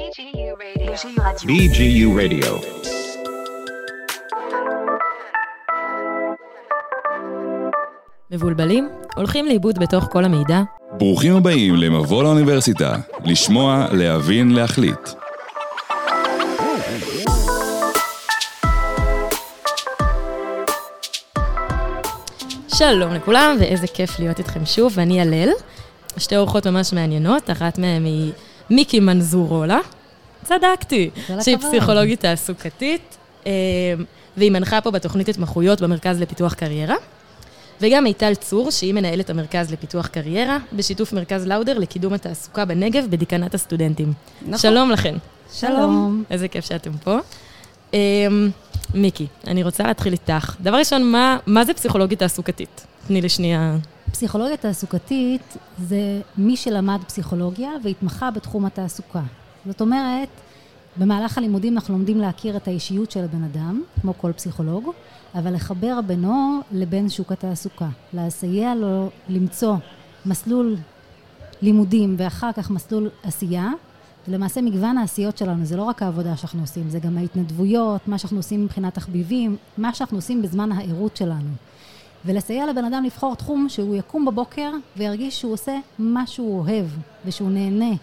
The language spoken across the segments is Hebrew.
BGU Radio. מבולבלים? הולכים לאיבוד בתוך כל המידע? ברוכים הבאים למבוא לאוניברסיטה, לשמוע, להבין, להחליט. שלום לכולם, ואיזה כיף להיות איתכם שוב, ואני הלל. שתי אורחות ממש מעניינות, אחת מהן היא מיקי מנזורולה. צדקתי, שהיא פסיכולוגית תעסוקתית, והיא מנחה פה בתוכנית התמחויות במרכז לפיתוח קריירה. וגם מיטל צור, שהיא מנהלת המרכז לפיתוח קריירה, בשיתוף מרכז לאודר לקידום התעסוקה בנגב בדיקנת הסטודנטים. נכון. שלום לכן. שלום. איזה כיף שאתם פה. מיקי, אני רוצה להתחיל איתך. דבר ראשון, מה זה פסיכולוגית תעסוקתית? תני לי שנייה. פסיכולוגיה תעסוקתית זה מי שלמד פסיכולוגיה והתמחה בתחום התעסוקה. זאת אומרת, במהלך הלימודים אנחנו לומדים להכיר את האישיות של הבן אדם, כמו כל פסיכולוג, אבל לחבר בינו לבין שוק התעסוקה. לסייע לו למצוא מסלול לימודים ואחר כך מסלול עשייה, ולמעשה מגוון העשיות שלנו, זה לא רק העבודה שאנחנו עושים, זה גם ההתנדבויות, מה שאנחנו עושים מבחינת תחביבים, מה שאנחנו עושים בזמן העירות שלנו. ולסייע לבן אדם לבחור תחום שהוא יקום בבוקר וירגיש שהוא עושה מה שהוא אוהב ושהוא נהנה.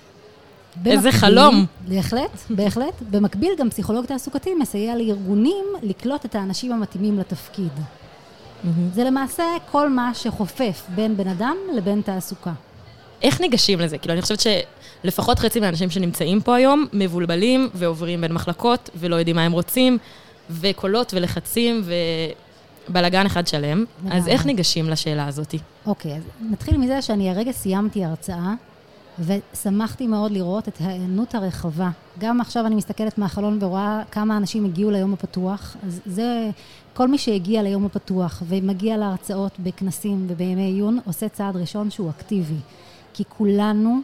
איזה חלום. בהחלט. במקביל גם פסיכולוג תעסוקתי מסייע לארגונים לקלוט את האנשים המתאימים לתפקיד. זה למעשה כל מה שחופף בין בן אדם לבין תעסוקה. איך ניגשים לזה? כאילו, אני חושבת שלפחות חצי מהאנשים שנמצאים פה היום מבולבלים ועוברים בין מחלקות ולא יודעים מה הם רוצים, וקולות ולחצים ובלגן אחד שלם. אז איך ניגשים לשאלה הזאת? אוקיי, אז נתחיל מזה שאני הרגע סיימתי הרצאה, ושמחתי מאוד לראות את העיינות הרחבה. גם עכשיו אני מסתכלת מהחלון ורואה כמה אנשים הגיעו ליום הפתוח. אז זה כל מי שהגיע ליום הפתוח ומגיע להרצאות בכנסים ובימי עיון, עושה צעד ראשון שהוא אקטיבי. כי כולנו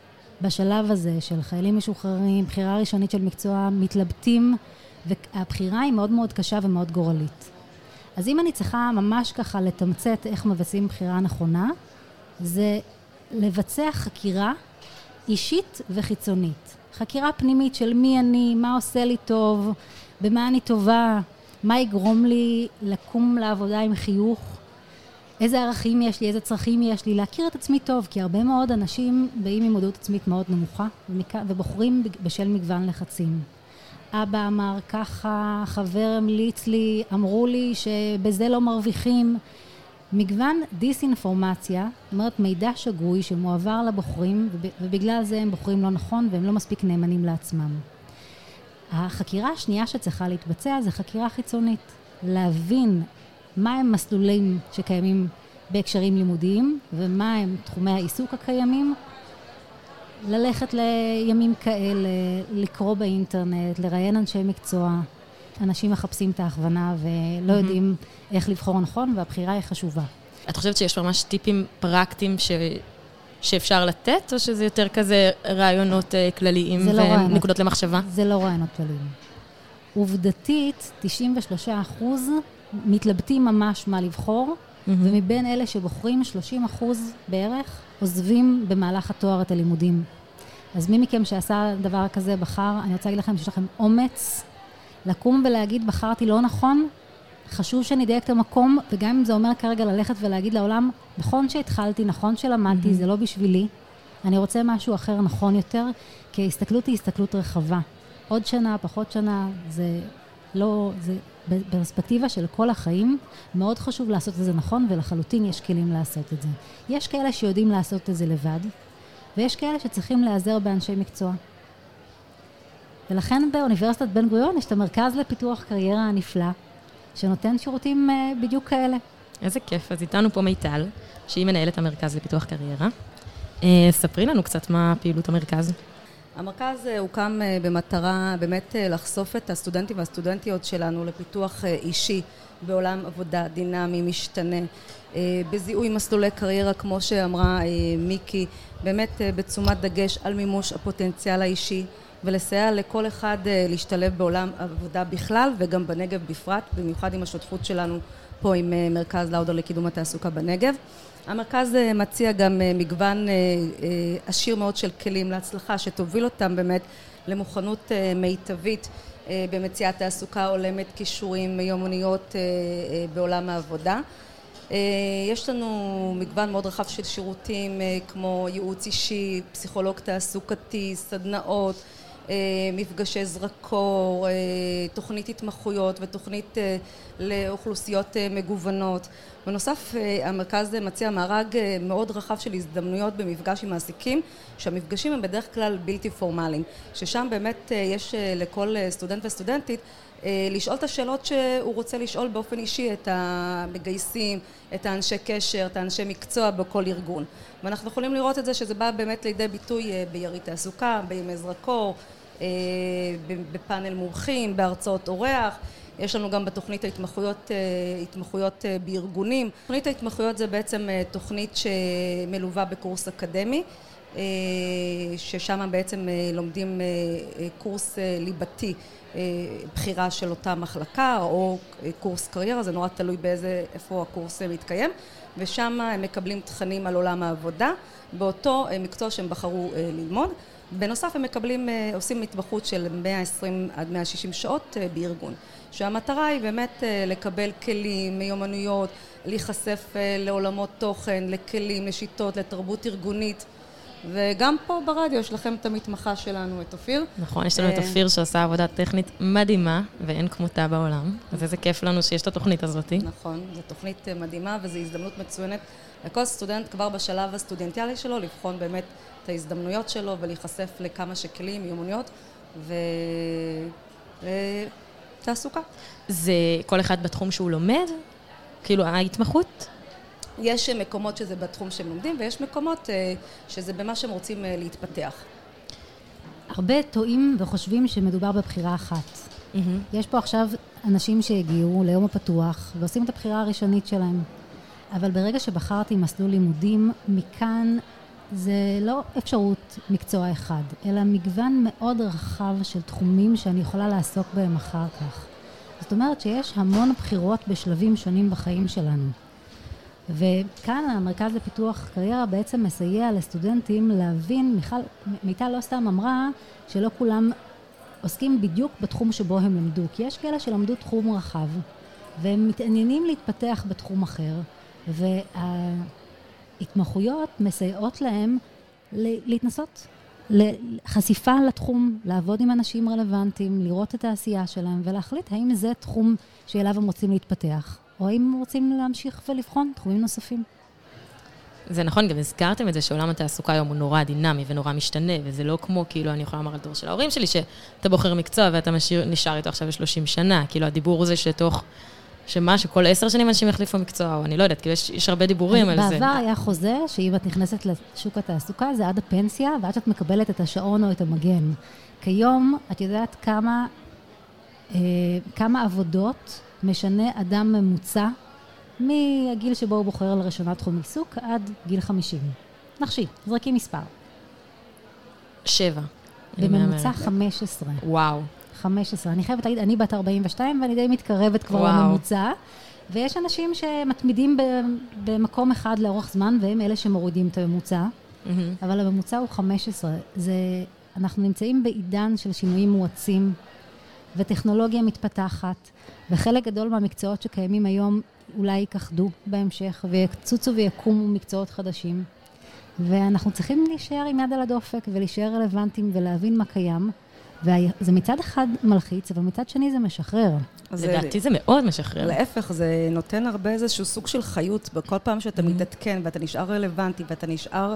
בשלב הזה של חיילים משוחררים, בחירה ראשונית של מקצוע, מתלבטים, והבחירה היא מאוד מאוד קשה ומאוד גורלית. אז אם אני צריכה ממש ככה לתמצת איך מבצעים בחירה נכונה, זה לבצע חקירה אישית וחיצונית. חקירה פנימית של מי אני, מה עושה לי טוב, במה אני טובה, מה יגרום לי לקום לעבודה עם חיוך, איזה ערכים יש לי, איזה צרכים יש לי, להכיר את עצמי טוב, כי הרבה מאוד אנשים באים עם מודעות עצמית מאוד נמוכה, ובוחרים בשל מגוון לחצים. אבא אמר ככה, חבר המליץ לי, אמרו לי שבזה לא מרוויחים. מגוון דיסאינפורמציה, זאת אומרת מידע שגוי שמועבר לבוחרים, ובגלל זה הם בוחרים לא נכון והם לא מספיק נאמנים לעצמם. החקירה השנייה שצריכה להתבצע זה חקירה חיצונית. להבין מה הם מסלולים שקיימים בהקשרים לימודיים, ומה הם תחומי העיסוק הקיימים, ללכת לימים כאלה, לקרוא באינטרנט, לראיין אנשי מקצוע. אנשים מחפשים את ההכוונה ולא יודעים איך לבחור נכון, והבחירה היא חשובה. את חושבת שיש ממש טיפים פרקטיים שאפשר לתת, או שזה יותר כזה רעיונות כלליים ונקודות למחשבה? זה לא רעיונות כלליים. עובדתית, 93% מתלבטים ממש מה לבחור, ומבין אלה שבוחרים 30% בערך, עוזבים במהלך התואר את הלימודים. אז מי מכם שעשה דבר כזה בחר, אני רוצה להגיד לכם שיש לכם אומץ, לקום ולהגיד, בחרתי לא נכון, חשוב שנדייק את המקום, וגם אם זה אומר כרגע ללכת ולהגיד לעולם, נכון שהתחלתי, נכון שלמדתי, זה לא בשבילי, אני רוצה משהו אחר נכון יותר, כי ההסתכלות היא הסתכלות רחבה. עוד שנה, פחות שנה, זה לא, זה בפרספקטיבה של כל החיים, מאוד חשוב לעשות את זה נכון, ולחלוטין יש כלים לעשות את זה. יש כאלה שיודעים לעשות את זה לבד, ויש כאלה שצריכים להיעזר באנשי מקצוע. ולכן באוניברסיטת בן גוריון יש את המרכז לפיתוח קריירה הנפלא, שנותן שירותים בדיוק כאלה. איזה כיף. אז איתנו פה מיטל, שהיא מנהלת המרכז לפיתוח קריירה. ספרי לנו קצת מה פעילות המרכז. המרכז הוקם במטרה באמת לחשוף את הסטודנטים והסטודנטיות שלנו לפיתוח אישי בעולם עבודה דינמי, משתנה, בזיהוי מסלולי קריירה, כמו שאמרה מיקי, באמת בתשומת דגש על מימוש הפוטנציאל האישי, ולסייע לכל אחד להשתלב בעולם עבודה בכלל וגם בנגב בפרט, במיוחד עם השותפות שלנו פה עם מרכז לאודר לקידום התעסוקה בנגב. המרכז מציע גם מגוון עשיר מאוד של כלים להצלחה, שתוביל אותם באמת למוכנות מיטבית במציאת תעסוקה הולמת, כישורים, מיומנויות בעולם העבודה. יש לנו מגוון מאוד רחב של שירותים כמו ייעוץ אישי, פסיכולוג תעסוקתי, סדנאות, מפגשי זרקור, תוכנית התמחויות ותוכנית לאוכלוסיות מגוונות. בנוסף, המרכז מציע מארג מאוד רחב של הזדמנויות במפגש עם מעסיקים, שהמפגשים הם בדרך כלל בלתי פורמליים, ששם באמת יש לכל סטודנט וסטודנטית לשאול את השאלות שהוא רוצה לשאול באופן אישי את המגייסים, את האנשי קשר, את האנשי מקצוע בכל ארגון. ואנחנו יכולים לראות את זה שזה בא באמת לידי ביטוי ביריד תעסוקה, בימי זרקור, בפאנל מומחים, בהרצאות אורח. יש לנו גם בתוכנית התמחויות בארגונים. תוכנית ההתמחויות זה בעצם תוכנית שמלווה בקורס אקדמי, ששם בעצם לומדים קורס ליבתי, בחירה של אותה מחלקה או קורס קריירה, זה נורא תלוי איפה הקורס מתקיים, ושם הם מקבלים תכנים על עולם העבודה, באותו מקצוע שהם בחרו ללמוד. בנוסף הם עושים התמחות של 120 עד 160 שעות בארגון, שהמטרה היא באמת לקבל כלים, מיומנויות, להיחשף לעולמות תוכן, לכלים, לשיטות, לתרבות ארגונית. וגם פה ברדיו יש לכם את המתמחה שלנו, את אופיר. נכון, יש לנו את אופיר שעושה עבודה טכנית מדהימה, ואין כמותה בעולם. אז איזה כיף לנו שיש את התוכנית הזאת. נכון, זו תוכנית מדהימה, וזו הזדמנות מצוינת לכל סטודנט כבר בשלב הסטודנטיאלי שלו, לבחון באמת את ההזדמנויות שלו, ולהיחשף לכמה שכלים, מיומנויות, ותעסוקה. זה כל אחד בתחום שהוא לומד? כאילו, ההתמחות? יש מקומות שזה בתחום שהם לומדים, ויש מקומות שזה במה שהם רוצים להתפתח. הרבה טועים וחושבים שמדובר בבחירה אחת. יש פה עכשיו אנשים שהגיעו ליום הפתוח, ועושים את הבחירה הראשונית שלהם. אבל ברגע שבחרתי מסלול לימודים, מכאן זה לא אפשרות מקצוע אחד, אלא מגוון מאוד רחב של תחומים שאני יכולה לעסוק בהם אחר כך. זאת אומרת שיש המון בחירות בשלבים שונים בחיים שלנו. וכאן המרכז לפיתוח קריירה בעצם מסייע לסטודנטים להבין, מיטל לא סתם אמרה שלא כולם עוסקים בדיוק בתחום שבו הם למדו, כי יש כאלה שלמדו תחום רחב, והם מתעניינים להתפתח בתחום אחר, וההתמחויות מסייעות להם להתנסות, לחשיפה לתחום, לעבוד עם אנשים רלוונטיים, לראות את העשייה שלהם, ולהחליט האם זה תחום שאליו הם רוצים להתפתח. או האם רוצים להמשיך ולבחון תחומים נוספים. זה נכון, גם הזכרתם את זה שעולם התעסוקה היום הוא נורא דינמי ונורא משתנה, וזה לא כמו, כאילו, אני יכולה לומר על דור של ההורים שלי, שאתה בוחר מקצוע ואתה נשאר איתו עכשיו 30 שנה. כאילו, הדיבור הוא זה שכל 10 שנים אנשים יחליפו מקצוע, או אני לא יודעת, כאילו, יש הרבה דיבורים על זה. בעבר היה חוזה שאם את נכנסת לשוק התעסוקה, זה עד הפנסיה, ועד שאת מקבלת את השעון או את המגן. כיום, את יודעת כמה עבודות משנה אדם ממוצע מהגיל שבו הוא בוחר לראשונה תחום עיסוק עד גיל 50. נחשי, זרקי מספר. 7. בממוצע 15. וואו. 15. אני חייבת להגיד, אני בת 42 ואני די מתקרבת כבר לממוצע, ויש אנשים שמתמידים במקום אחד לאורך זמן, והם אלה שמורידים את הממוצע, אבל הממוצע הוא 15. אנחנו נמצאים בעידן של שינויים מואצים, וטכנולוגיה מתפתחת, וחלק גדול מהמקצועות שקיימים היום אולי ייכחדו בהמשך, ויקצוצו ויקומו מקצועות חדשים. ואנחנו צריכים להישאר עם יד על הדופק, ולהישאר רלוונטיים ולהבין מה קיים. וזה מצד אחד מלחיץ, אבל מצד שני זה משחרר. לדעתי זה מאוד משחרר. להפך, זה נותן הרבה איזשהו סוג של חיות, בכל פעם שאתה מתעדכן, ואתה נשאר רלוונטי, ואתה נשאר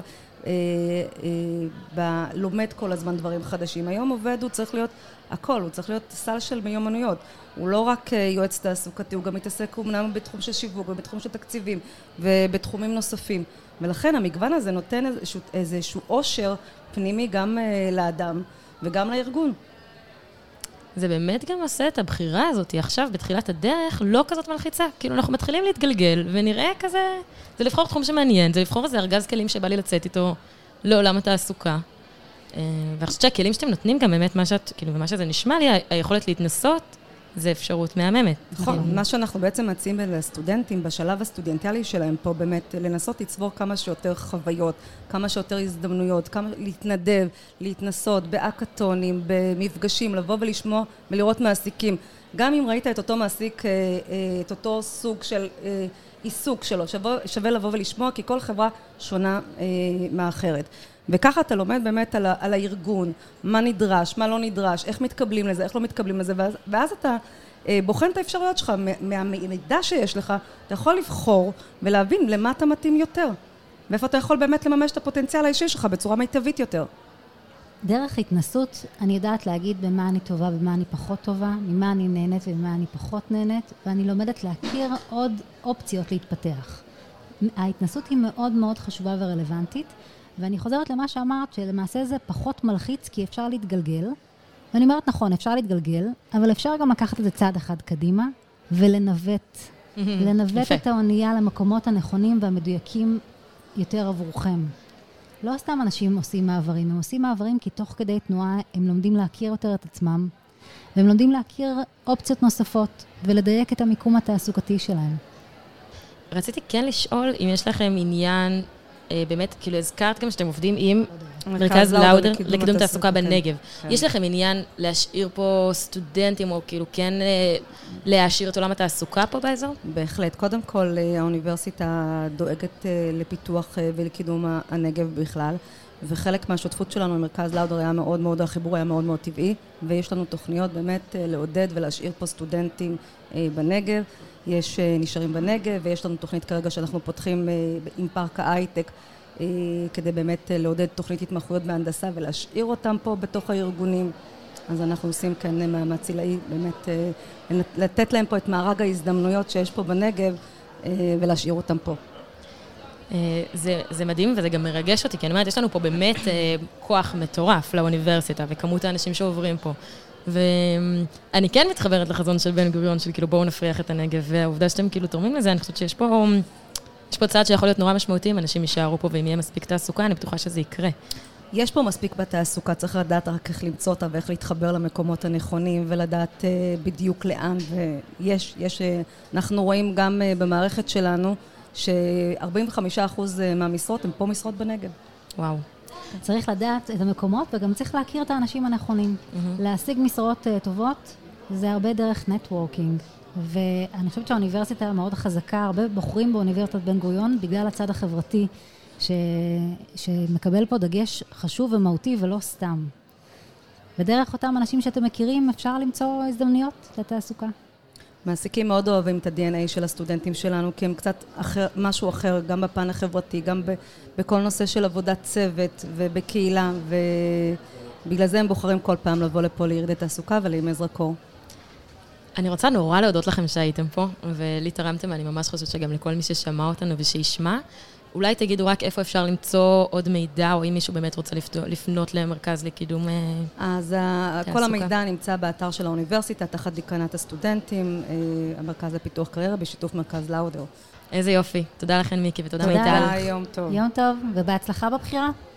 לומד כל הזמן דברים חדשים. היום עובד הוא צריך להיות הכל, הוא צריך להיות סל של מיומנויות. הוא לא רק יועץ תעסוקתי, הוא גם מתעסק אומנם בתחום של שיווק, ובתחום של תקציבים, ובתחומים נוספים. ולכן המגוון הזה נותן איזשהו עושר פנימי גם לאדם, וגם לארגון. זה באמת גם עושה את הבחירה הזאת עכשיו, בתחילת הדרך, לא כזאת מלחיצה. כאילו, אנחנו מתחילים להתגלגל, ונראה כזה, זה לבחור תחום שמעניין, זה לבחור איזה ארגז כלים שבא לי לצאת איתו לעולם התעסוקה. ואני חושבת שהכלים שאתם נותנים גם באמת מה שזה נשמע לי, היכולת להתנסות, זה אפשרות מהממת. נכון, מה שאנחנו בעצם מציעים לסטודנטים בשלב הסטודנטיאלי שלהם פה באמת לנסות לצבור כמה שיותר חוויות, כמה שיותר הזדמנויות, כמה להתנדב, להתנסות באקטונים, במפגשים, לבוא ולשמוע ולראות מעסיקים. גם אם ראית את אותו מעסיק, את אותו סוג של עיסוק שלו, שווה לבוא ולשמוע, כי כל חברה שונה מאחרת. וככה אתה לומד באמת על הארגון, מה נדרש, מה לא נדרש, איך מתקבלים לזה, איך לא מתקבלים לזה, ואז אתה בוחן את האפשרויות שלך, מהמידע שיש לך, אתה יכול לבחור ולהבין למה אתה מתאים יותר, ואיפה אתה יכול באמת לממש את הפוטנציאל האישי שלך בצורה מיטבית יותר. דרך התנסות, אני יודעת להגיד במה אני טובה, במה אני פחות טובה, ממה אני נהנית ובמה אני פחות נהנית, ואני לומדת להכיר עוד אופציות להתפתח. ההתנסות היא מאוד מאוד חשובה ורלוונטית, ואני חוזרת למה שאמרת, שלמעשה זה פחות מלחיץ, כי אפשר להתגלגל. ואני אומרת, נכון, אפשר להתגלגל, אבל אפשר גם לקחת את זה צעד אחד קדימה, ולנווט. לנווט את האונייה למקומות הנכונים והמדויקים יותר עבורכם. לא סתם אנשים עושים מעברים, הם עושים מעברים כי תוך כדי תנועה הם לומדים להכיר יותר את עצמם, והם לומדים להכיר אופציות נוספות, ולדייק את המיקום התעסוקתי שלהם. רציתי כן לשאול אם יש לכם עניין, באמת, כאילו הזכרת גם שאתם עובדים עם מרכז לאודר לקידום תעסוקה בנגב. יש לכם עניין להשאיר פה סטודנטים, או כאילו כן להשאיר את עולם התעסוקה פה באזור? בהחלט. קודם כל, האוניברסיטה דואגת לפיתוח ולקידום הנגב בכלל, וחלק מהשותפות שלנו במרכז לאודר היה מאוד מאוד, החיבור היה מאוד מאוד טבעי, ויש לנו תוכניות באמת לעודד ולהשאיר פה סטודנטים בנגב. יש נשארים בנגב, ויש לנו תוכנית כרגע שאנחנו פותחים עם פארק ההייטק, כדי באמת לעודד תוכנית התמחויות בהנדסה ולהשאיר אותם פה בתוך הארגונים. אז אנחנו עושים כאן מאמץ עילאי, באמת לתת להם פה את מארג ההזדמנויות שיש פה בנגב, ולהשאיר אותם פה. זה מדהים וזה גם מרגש אותי, כי אני אומרת, יש לנו פה באמת כוח מטורף לאוניברסיטה, וכמות האנשים שעוברים פה. ואני כן מתחברת לחזון של בן גוריון, של כאילו בואו נפריח את הנגב, והעובדה שאתם כאילו תורמים לזה, אני חושבת שיש פה צעד שיכול להיות נורא משמעותי, אם אנשים יישארו פה ואם יהיה מספיק תעסוקה, אני בטוחה שזה יקרה. יש פה מספיק בתעסוקה, צריך לדעת רק איך למצוא אותה ואיך להתחבר למקומות הנכונים, ולדעת בדיוק לאן, אנחנו רואים גם במערכת שלנו, ש45% מהמשרות הן פה משרות בנגב. וואו. צריך לדעת את המקומות, וגם צריך להכיר את האנשים הנכונים. להשיג משרות טובות, זה הרבה דרך נטוורקינג. ואני חושבת שהאוניברסיטה מאוד חזקה, הרבה בוחרים באוניברסיטת בן גוריון, בגלל הצד החברתי, שמקבל פה דגש חשוב ומהותי ולא סתם. ודרך אותם אנשים שאתם מכירים, אפשר למצוא הזדמנויות לתעסוקה. מעסיקים מאוד אוהבים את ה-DNA של הסטודנטים שלנו, כי הם קצת משהו אחר, גם בפן החברתי, גם בכל נושא של עבודת צוות ובקהילה, ובגלל זה הם בוחרים כל פעם לבוא לפה לירידי תעסוקה ולימי זרקור. אני רוצה נורא להודות לכם שהייתם פה, ולי תרמתם, ואני ממש חושבת שגם לכל מי ששמע אותנו ושישמע. אולי תגידו רק איפה אפשר למצוא עוד מידע, או אם מישהו באמת רוצה לפנות למרכז לקידום אז כל המידע נמצא באתר של האוניברסיטה, תחת דיקנת הסטודנטים, המרכז לפיתוח קריירה, בשיתוף מרכז לאודר. איזה יופי. תודה לכם מיקי ותודה מיטל. תודה, יום טוב. יום טוב, ובהצלחה בבחירה.